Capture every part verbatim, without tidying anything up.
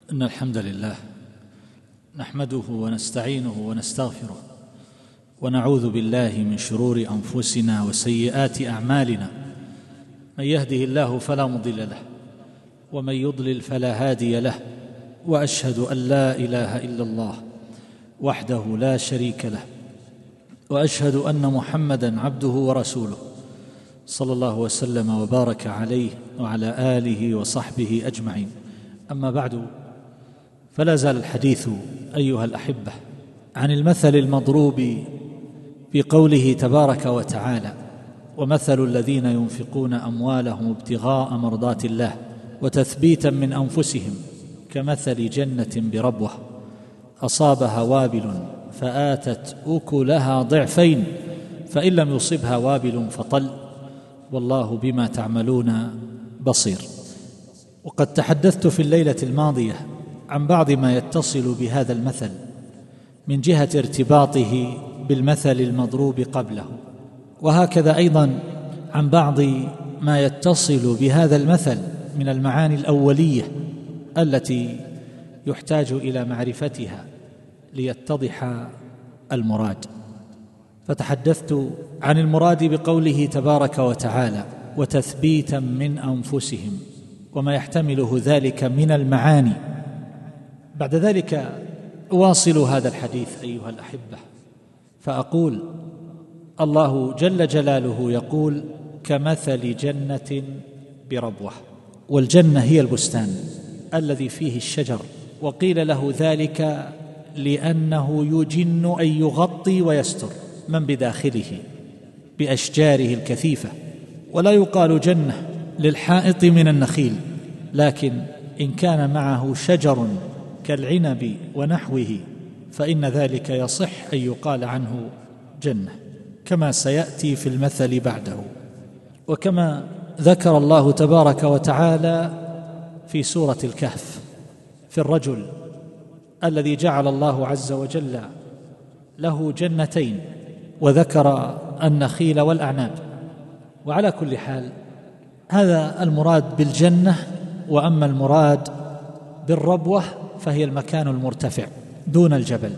إن الحمد لله نحمده ونستعينه ونستغفره ونعوذ بالله من شرور أنفسنا وسيئات أعمالنا. من يهده الله فلا مضل له ومن يضلل فلا هادي له، وأشهد أن لا إله إلا الله وحده لا شريك له، وأشهد أن محمدًا عبده ورسوله صلى الله وسلم وبارك عليه وعلى آله وصحبه أجمعين. أما بعد، فلا زال الحديث أيها الأحبة عن المثل المضروب في قوله تبارك وتعالى: ومثل الذين ينفقون أموالهم ابتغاء مرضات الله وتثبيتا من أنفسهم كمثل جنة بربوة أصابها وابل فآتت أكلها ضعفين فإن لم يصبها وابل فطل والله بما تعملون بصير. وقد تحدثت في الليلة الماضية عن بعض ما يتصل بهذا المثل من جهة ارتباطه بالمثل المضروب قبله، وهكذا أيضا عن بعض ما يتصل بهذا المثل من المعاني الأولية التي يحتاج إلى معرفتها ليتضح المراد. فتحدثت عن المراد بقوله تبارك وتعالى: وتثبيتا من أنفسهم، وما يحتمله ذلك من المعاني. بعد ذلك أواصل هذا الحديث أيها الأحبة فأقول: الله جل جلاله يقول: كمثل جنة بربوة. والجنة هي البستان الذي فيه الشجر، وقيل له ذلك لأنه يجن أن يغطي ويستر من بداخله بأشجاره الكثيفة. ولا يقال جنة للحائط من النخيل، لكن إن كان معه شجر كالعنب ونحوه فإن ذلك يصح أن يقال عنه جنة، كما سيأتي في المثل بعده. وكما ذكر الله تبارك وتعالى في سورة الكهف في الرجل الذي جعل الله عز وجل له جنتين، وذكر النخيل والأعناب. وعلى كل حال هذا المراد بالجنة. وأما المراد بالربوة فهي المكان المرتفع دون الجبل،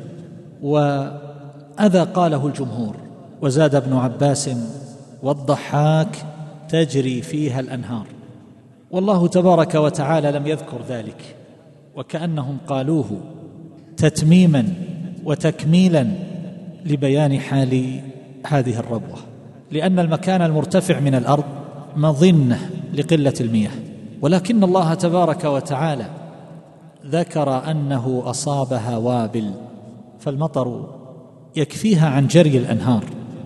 وهذا قاله الجمهور. وزاد ابن عباس والضحاك: تجري فيها الأنهار. والله تبارك وتعالى لم يذكر ذلك، وكأنهم قالوه تتميما وتكميلا لبيان حال هذه الربوة، لأن المكان المرتفع من الأرض مظنة لقلة المياه، ولكن الله تبارك وتعالى ذكر أنه أصابها وابل، فالمطر يكفيها عن جري الأنهار.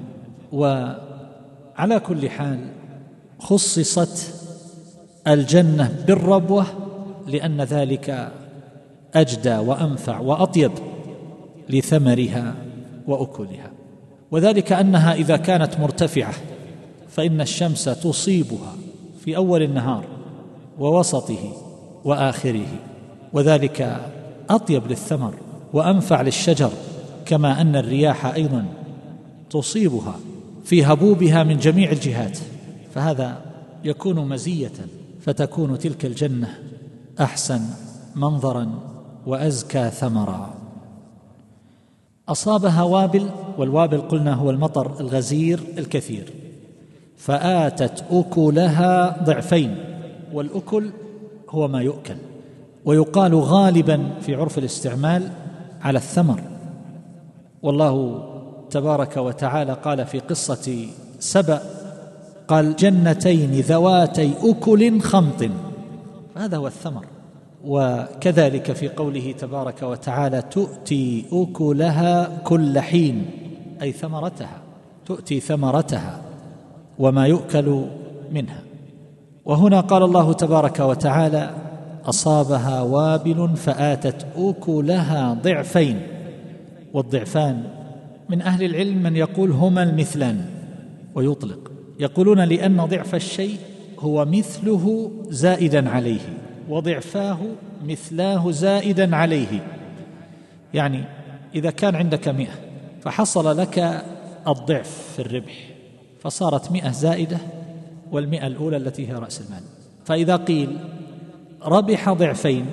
وعلى كل حال خصصت الجنة بالربوة لأن ذلك أجدى وأنفع وأطيب لثمرها وأكلها، وذلك أنها إذا كانت مرتفعة فإن الشمس تصيبها في أول النهار ووسطه وآخره، وذلك أطيب للثمر وأنفع للشجر، كما أن الرياح أيضا تصيبها في هبوبها من جميع الجهات، فهذا يكون مزية، فتكون تلك الجنة أحسن منظرا وأزكى ثمرا. أصابها وابل، والوابل قلنا هو المطر الغزير الكثير، فآتت أكلها ضعفين. والأكل هو ما يؤكل، ويقال غالبا في عرف الاستعمال على الثمر. والله تبارك وتعالى قال في قصة سبأ: قال: جنتين ذواتي أكل خمط، هذا هو الثمر. وكذلك في قوله تبارك وتعالى: تؤتي أكلها كل حين، أي ثمرتها، تؤتي ثمرتها وما يؤكل منها. وهنا قال الله تبارك وتعالى: أصابها وابل فآتت أكلها ضعفين. والضعفان من أهل العلم من يقول هما المثلان، ويطلق، يقولون لأن ضعف الشيء هو مثله زائدا عليه، وضعفاه مثلاه زائدا عليه. يعني إذا كان عندك مئة فحصل لك الضعف في الربح، فصارت مئة زائدة والمئة الأولى التي هي رأس المال. فإذا قيل ربح ضعفين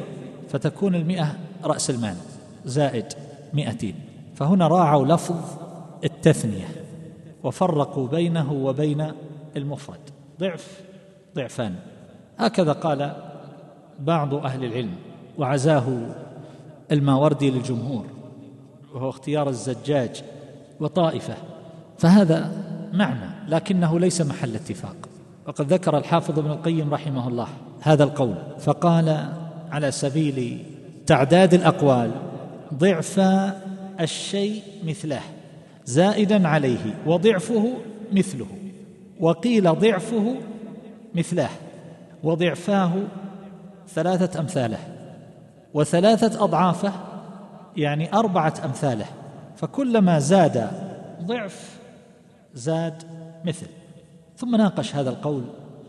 فتكون المئة رأس المال زائد مئتين. فهنا راعوا لفظ التثنية وفرقوا بينه وبين المفرد، ضعف ضعفان. هكذا قال بعض أهل العلم، وعزاه الماوردي للجمهور، وهو اختيار الزجاج وطائفة، فهذا معنى لكنه ليس محل اتفاق. وقد ذكر الحافظ ابن القيم رحمه الله هذا القول فقال على سبيل تعداد الأقوال: ضعف الشيء مثله زائدا عليه، وضعفه مثله، وقيل ضعفه مثله، وضعفاه ثلاثة أمثاله، وثلاثة أضعافه يعني أربعة أمثاله، فكلما زاد ضعف زاد مثل. ثم ناقش هذا القول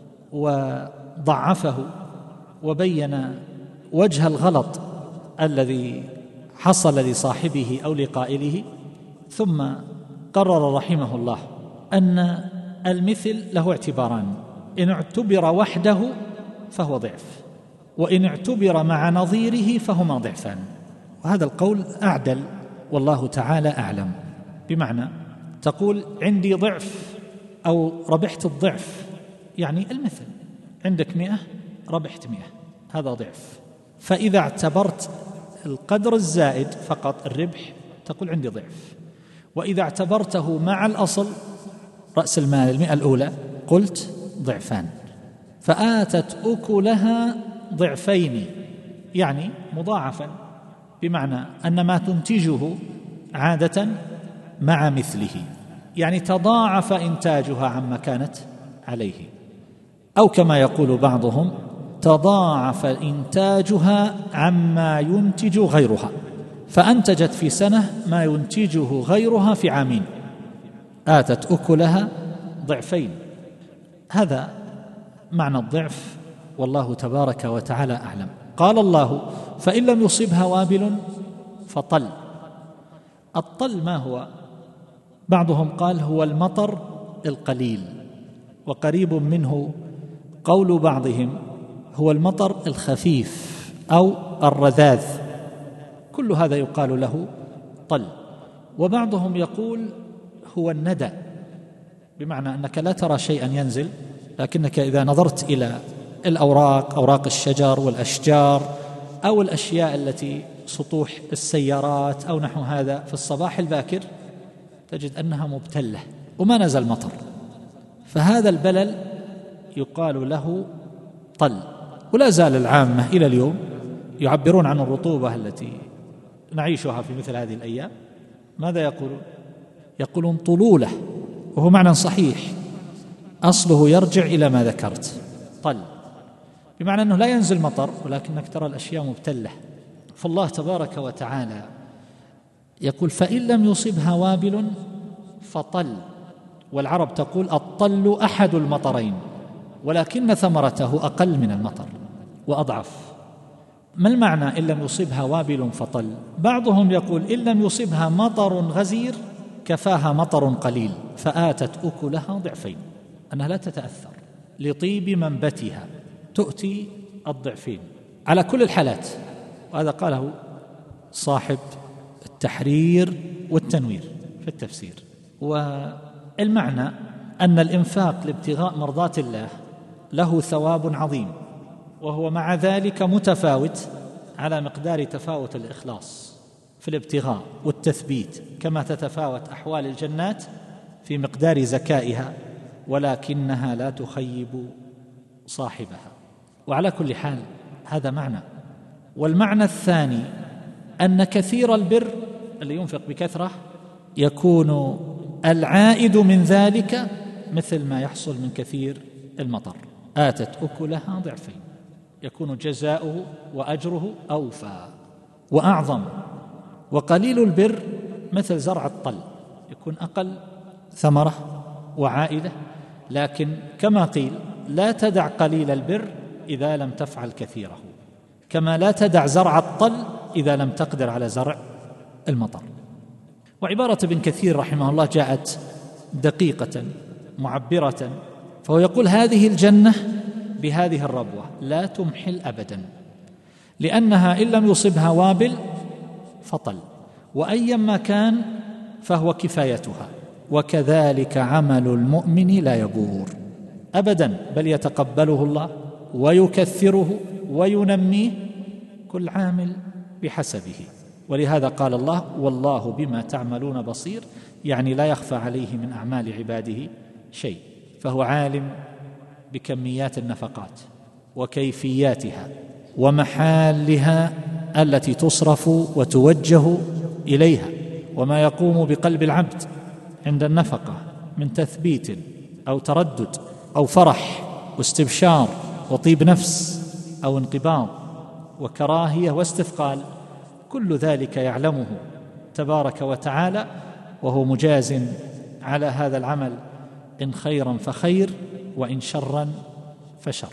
وضعفه وبين وجه الغلط الذي حصل لصاحبه أو لقائله، ثم قرر رحمه الله أن المثل له اعتباران: إن اعتبر وحده فهو ضعف، وإن اعتبر مع نظيره فهما ضعفان. وهذا القول أعدل والله تعالى أعلم. بمعنى تقول عندي ضعف أو ربحت الضعف، يعني المثل، عندك مئة ربحت مئة، هذا ضعف. فإذا اعتبرت القدر الزائد فقط الربح تقول عندي ضعف، وإذا اعتبرته مع الأصل رأس المال المئة الأولى قلت ضعفان. فآتت أكلها ضعفين، يعني مضاعفا، بمعنى أن ما تنتجه عادة مع مثله، يعني تضاعف إنتاجها عما كانت عليه، أو كما يقول بعضهم تضاعف إنتاجها عما ينتج غيرها، فأنتجت في سنة ما ينتجه غيرها في عامين، آتت أكلها ضعفين. هذا معنى الضعف والله تبارك وتعالى أعلم. قال الله: فإن لم يصبها وابل فطل. الطل ما هو؟ بعضهم قال هو المطر القليل، وقريب منه قول بعضهم هو المطر الخفيف أو الرذاذ، كل هذا يقال له طل. وبعضهم يقول هو الندى، بمعنى أنك لا ترى شيئا ينزل، لكنك إذا نظرت إلى الأوراق، أوراق الشجر والأشجار أو الأشياء التي سطوح السيارات أو نحو هذا في الصباح الباكر، تجد أنها مبتلة وما نزل مطر، فهذا البلل يقال له طل. ولا زال العامة إلى اليوم يعبرون عن الرطوبة التي نعيشها في مثل هذه الأيام، ماذا يقولون؟ يقولون طلولة، وهو معنى صحيح، أصله يرجع إلى ما ذكرت، طل، بمعنى أنه لا ينزل مطر ولكنك ترى الأشياء مبتلة. فالله تبارك وتعالى يقول: فإن لم يصبها وابل فطل. والعرب تقول الطل أحد المطرين، ولكن ثمرته أقل من المطر وأضعف. ما المعنى إن لم يصبها وابل فطل؟ بعضهم يقول إن لم يصبها مطر غزير كفاها مطر قليل فآتت أكلها ضعفين، أنها لا تتأثر لطيب منبتها، تؤتي الضعفين على كل الحالات. وهذا قاله صاحب التحرير والتنوير في التفسير. والمعنى أن الإنفاق لابتغاء مرضات الله له ثواب عظيم، وهو مع ذلك متفاوت على مقدار تفاوت الإخلاص في الابتغاء والتثبيت، كما تتفاوت أحوال الجنات في مقدار زكائها، ولكنها لا تخيب صاحبها. وعلى كل حال هذا معنى. والمعنى الثاني أن كثير البر اللي ينفق بكثرة يكون العائد من ذلك مثل ما يحصل من كثير المطر، آتت أكلها ضعفين، يكون جزاؤه وأجره أوفى وأعظم. وقليل البر مثل زرع الطل، يكون أقل ثمرة وعائدة، لكن كما قيل لا تدع قليل البر إذا لم تفعل كثيره، كما لا تدع زرع الطل إذا لم تقدر على زرع المطر. وعبارة ابن كثير رحمه الله جاءت دقيقة معبرة، فهو يقول هذه الجنة بهذه الربوة لا تمحل أبدا، لأنها إن لم يصبها وابل فطل، وأيما كان فهو كفايتها. وكذلك عمل المؤمن لا يبور أبدا، بل يتقبله الله ويكثره وينميه، كل عامل بحسبه. ولهذا قال الله: والله بما تعملون بصير، يعني لا يخفى عليه من أعمال عباده شيء، فهو عالم بكميات النفقات وكيفياتها ومحالها التي تصرف وتوجه إليها، وما يقوم بقلب العبد عند النفقة من تثبيت أو تردد أو فرح واستبشار وطيب نفس أو انقباض وكراهية واستثقال، كل ذلك يعلمه تبارك وتعالى، وهو مجاز على هذا العمل إن خيرا فخير وإن شرا فشر.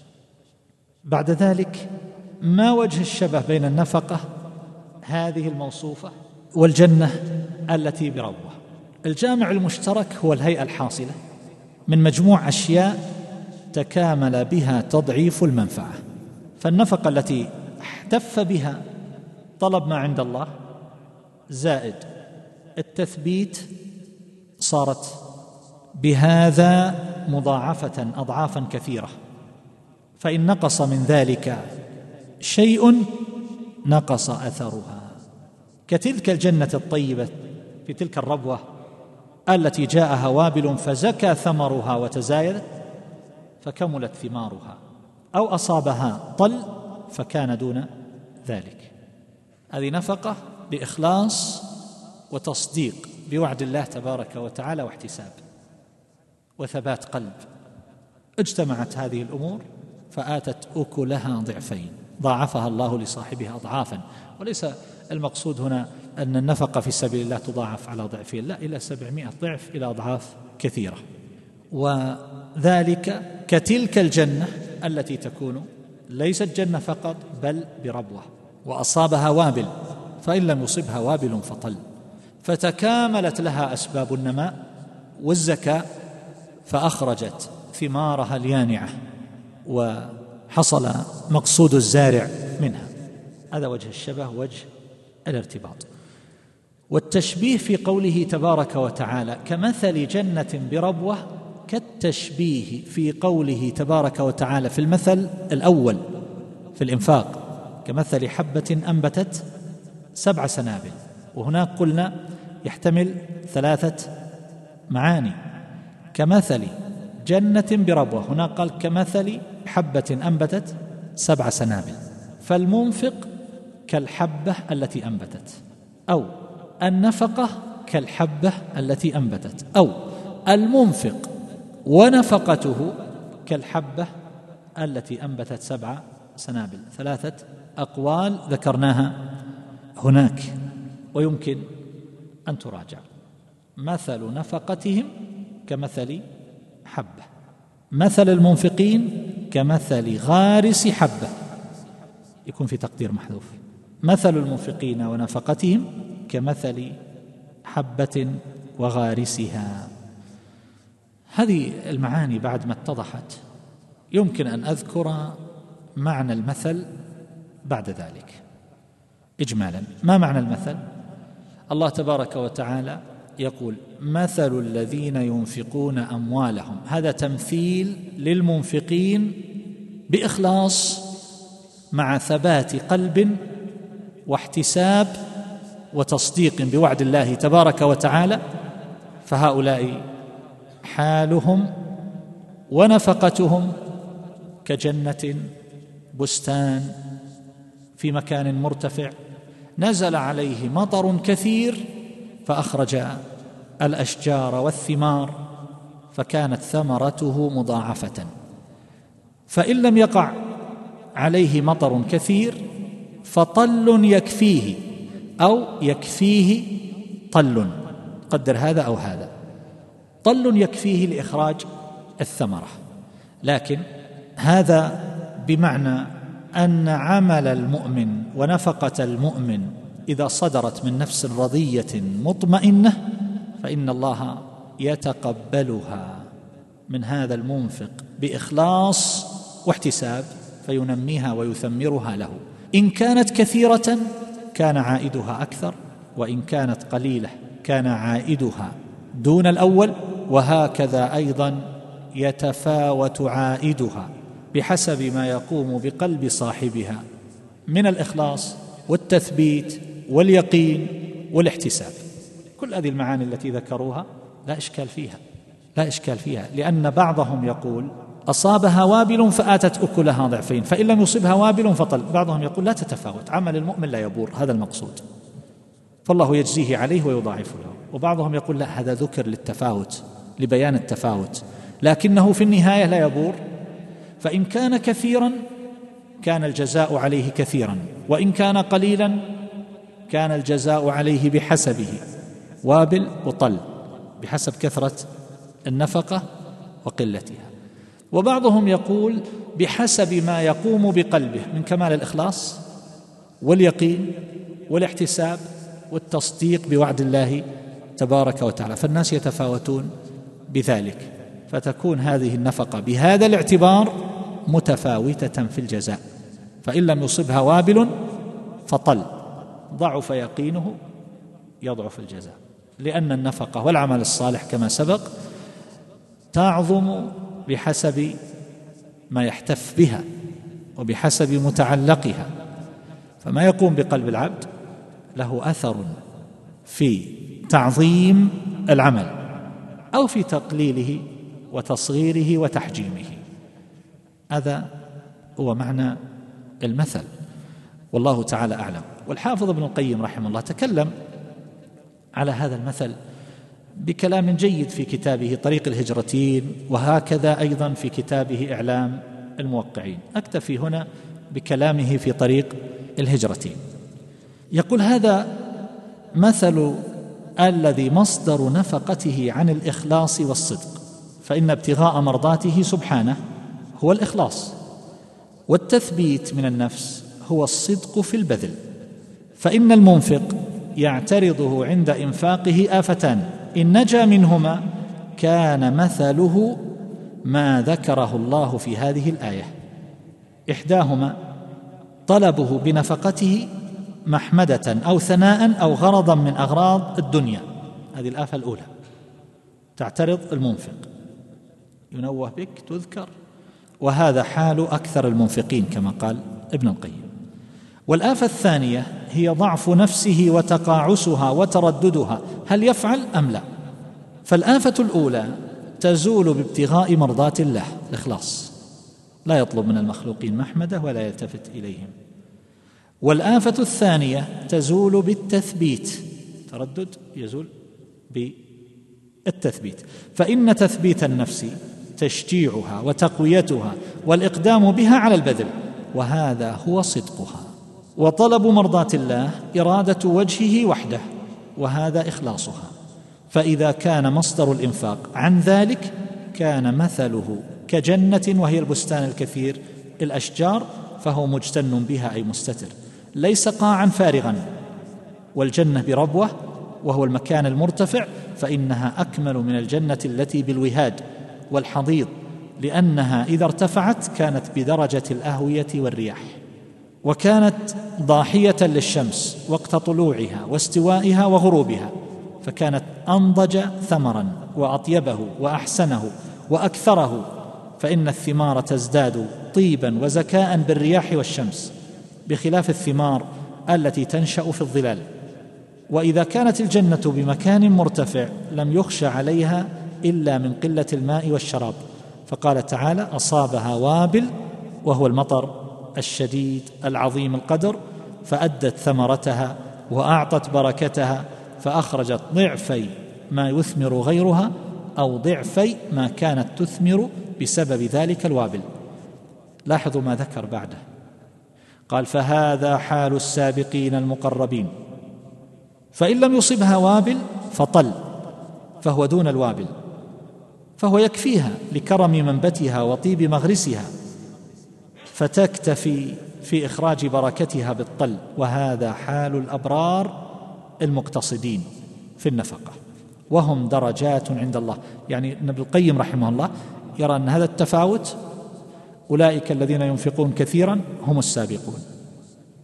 بعد ذلك، ما وجه الشبه بين النفقة هذه الموصوفة والجنة التي بربوة؟ الجامع المشترك هو الهيئة الحاصلة من مجموع أشياء تكامل بها تضعيف المنفعة. فالنفقة التي احتف بها طلب ما عند الله زائد التثبيت صارت بهذا مضاعفة أضعافا كثيرة، فإن نقص من ذلك شيء نقص أثرها، كتلك الجنة الطيبة في تلك الربوة التي جاءها وابل فزكى ثمرها وتزايدت فكملت ثمارها، أو أصابها طل فكان دون ذلك. هذه نفقة بإخلاص وتصديق بوعد الله تبارك وتعالى واحتساب وثبات قلب، اجتمعت هذه الأمور فآتت أكلها ضعفين، ضاعفها الله لصاحبها أضعافا. وليس المقصود هنا أن النفقة في سبيل الله تضاعف على ضعفين، لا، إلى سبعمائة ضعف، إلى أضعاف كثيرة. وذلك كتلك الجنة التي تكون ليست جنة فقط بل بربوة، وأصابها وابل، فإن لم يصبها وابل فطل، فتكاملت لها أسباب النماء والزكاة فأخرجت ثمارها اليانعة وحصل مقصود الزارع منها. هذا وجه الشبه، وجه الارتباط. والتشبيه في قوله تبارك وتعالى كمثل جنة بربوة كالتشبيه في قوله تبارك وتعالى في المثل الأول في الإنفاق كمثل حبة أنبتت سبع سنابل، وهناك قلنا يحتمل ثلاثة معاني. كمثل جنة بربوة، هنا قال كمثل حبة أنبتت سبع سنابل، فالمنفق كالحبة التي أنبتت، أو النفقة كالحبة التي أنبتت، أو المنفق ونفقته كالحبة التي أنبتت سبع سنابل. ثلاثة أقوال ذكرناها هناك ويمكن أن تراجع. مثل نفقتهم كمثل حبة، مثل المنفقين كمثل غارس حبة، يكون في تقدير محذوف، مثل المنفقين ونفقتهم كمثل حبة وغارسها. هذه المعاني بعد ما اتضحت يمكن أن أذكر معنى المثل بعد ذلك إجمالا. ما معنى المثل؟ الله تبارك وتعالى يقول مثل الذين ينفقون أموالهم، هذا تمثيل للمنفقين بإخلاص مع ثبات قلب واحتساب وتصديق بوعد الله تبارك وتعالى، فهؤلاء حالهم ونفقتهم كجنة بستان في مكان مرتفع نزل عليه مطر كثير فأخرج الأشجار والثمار فكانت ثمرته مضاعفة. فإن لم يقع عليه مطر كثير فطل يكفيه أو يكفيه طل، قدر هذا أو هذا، طل يكفيه لإخراج الثمرة. لكن هذا بمعنى أن عمل المؤمن ونفقة المؤمن إذا صدرت من نفس رضية مطمئنة فإن الله يتقبلها من هذا المنفق بإخلاص واحتساب فينميها ويثمرها له. إن كانت كثيرة كان عائدها أكثر، وإن كانت قليلة كان عائدها دون الأول، وهكذا أيضا يتفاوت عائدها بحسب ما يقوم بقلب صاحبها من الإخلاص والتثبيت واليقين والاحتساب. كل هذه المعاني التي ذكروها لا إشكال فيها، لا إشكال فيها، لأن بعضهم يقول أصابها وابل فآتت أكلها ضعفين، فإن لم يصبها وابل فطل. بعضهم يقول لا تتفاوت، عمل المؤمن لا يبور، هذا المقصود، فالله يجزيه عليه ويضاعف له. وبعضهم يقول لا، هذا ذكر للتفاوت، لبيان التفاوت، لكنه في النهاية لا يبور. فإن كان كثيرا كان الجزاء عليه كثيرا، وإن كان قليلا كان الجزاء عليه بحسبه، وابل وطل، بحسب كثرة النفقة وقلتها. وبعضهم يقول بحسب ما يقوم بقلبه من كمال الإخلاص واليقين والاحتساب والتصديق بوعد الله تبارك وتعالى، فالناس يتفاوتون بذلك، فتكون هذه النفقة بهذا الاعتبار متفاوتة في الجزاء. فإن لم يصبها وابل فطل، ضعف يقينه يضعف الجزاء، لأن النفقة والعمل الصالح كما سبق تعظم بحسب ما يحتف بها وبحسب متعلقها، فما يقوم بقلب العبد له أثر في تعظيم العمل أو في تقليله وتصغيره وتحجيمه. هذا هو معنى المثل، والله تعالى أعلم. والحافظ ابن القيم رحمه الله تكلم على هذا المثل بكلام جيد في كتابه طريق الهجرتين، وهكذا أيضا في كتابه إعلام الموقعين. أكتفي هنا بكلامه في طريق الهجرتين. يقول هذا مثل الذي مصدر نفقته عن الإخلاص والصدق، فإن ابتغاء مرضاته سبحانه هو الإخلاص، والتثبيت من النفس هو الصدق في البذل. فإن المنفق يعترضه عند إنفاقه آفتان، إن نجا منهما كان مثله ما ذكره الله في هذه الآية. إحداهما طلبه بنفقته محمدة أو ثناء أو غرضا من أغراض الدنيا، هذه الآفة الأولى، تعترض المنفق، ينوه بك تذكر، وهذا حال أكثر المنفقين كما قال ابن القيم. والآفة الثانية هي ضعف نفسه وتقاعسها وترددها، هل يفعل أم لا؟ فالآفة الأولى تزول بابتغاء مرضات الله، الإخلاص، لا يطلب من المخلوقين محمده ولا يلتفت إليهم. والآفة الثانية تزول بالتثبيت، تردد يزول بالتثبيت، فإن تثبيت النفس تشجيعها وتقويتها والإقدام بها على البذل، وهذا هو صدقها. وطلب مرضات الله إرادة وجهه وحده، وهذا إخلاصها. فإذا كان مصدر الإنفاق عن ذلك كان مثله كجنة، وهي البستان الكثير الأشجار، فهو مجتن بها أي مستتر، ليس قاعا فارغا. والجنة بربوة وهو المكان المرتفع، فإنها أكمل من الجنة التي بالوهاد والحضيض، لأنها إذا ارتفعت كانت بدرجة الأهوية والرياح، وكانت ضاحية للشمس وقت طلوعها واستوائها وغروبها، فكانت أنضج ثمرا وأطيبه وأحسنه وأكثره، فإن الثمار تزداد طيبا وزكاء بالرياح والشمس، بخلاف الثمار التي تنشأ في الظلال. وإذا كانت الجنة بمكان مرتفع لم يخش عليها إلا من قلة الماء والشراب، فقال تعالى أصابها وابل، وهو المطر الشديد العظيم القدر، فأدت ثمرتها وأعطت بركتها، فأخرجت ضعفي ما يثمر غيرها أو ضعفي ما كانت تثمر بسبب ذلك الوابل. لاحظوا ما ذكر بعده، قال فهذا حال السابقين المقربين، فإن لم يصبها وابل فطل، فهو دون الوابل، فهو يكفيها لكرم منبتها وطيب مغرسها، فتكتفي في إخراج بركتها بالطل، وهذا حال الأبرار المقتصدين في النفقة، وهم درجات عند الله. يعني ابن القيم رحمه الله يرى أن هذا التفاوت، أولئك الذين ينفقون كثيرا هم السابقون،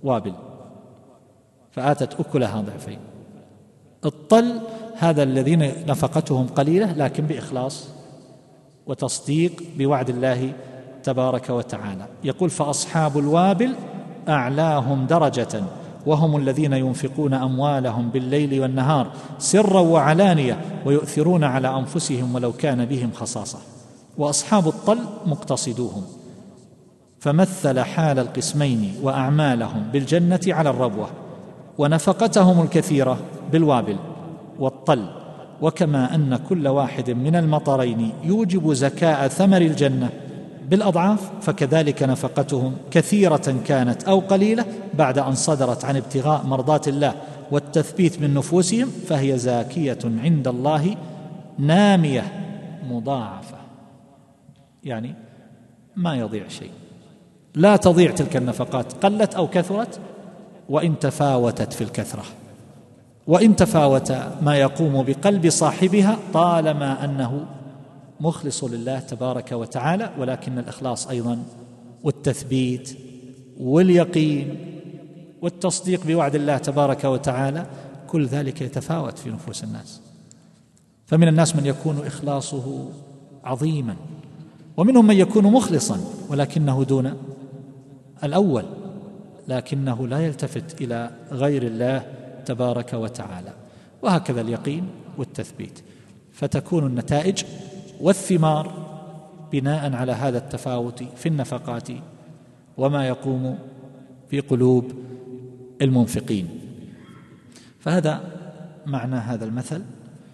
وابل فآتت أكلها ضعفين. الطل هذا الذين نفقتهم قليلة لكن بإخلاص وتصديق بوعد الله تبارك وتعالى. يقول فأصحاب الوابل أعلاهم درجة وهم الذين ينفقون أموالهم بالليل والنهار سرا وعلانية ويؤثرون على أنفسهم ولو كان بهم خصاصة. وأصحاب الطل مقتصدوهم، فمثل حال القسمين وأعمالهم بالجنة على الربوة، ونفقتهم الكثيرة بالوابل والطل. وكما أن كل واحد من المطرين يوجب زكاء ثمر الجنة بالأضعاف، فكذلك نفقتهم كثيرة كانت أو قليلة بعد أن صدرت عن ابتغاء مرضات الله والتثبيت من نفوسهم فهي زاكية عند الله نامية مضاعفة، يعني ما يضيع شيء، لا تضيع تلك النفقات قلت أو كثرت، وإن تفاوتت في الكثرة، وإن تفاوت ما يقوم بقلب صاحبها طالما أنه مخلص لله تبارك وتعالى. ولكن الإخلاص أيضا والتثبيت واليقين والتصديق بوعد الله تبارك وتعالى كل ذلك يتفاوت في نفوس الناس. فمن الناس من يكون إخلاصه عظيما، ومنهم من يكون مخلصا ولكنه دون الأول، لكنه لا يلتفت إلى غير الله تبارك وتعالى. وهكذا اليقين والتثبيت، فتكون النتائج والثمار بناء على هذا التفاوت في النفقات وما يقوم في قلوب المنفقين. فهذا معنى هذا المثل.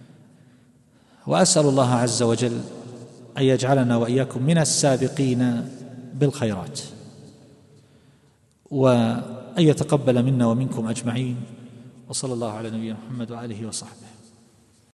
وأسأل الله عز وجل أن يجعلنا وإياكم من السابقين بالخيرات، وأن يتقبل منا ومنكم أجمعين. وصلى الله على نبينا محمد وآله وصحبه.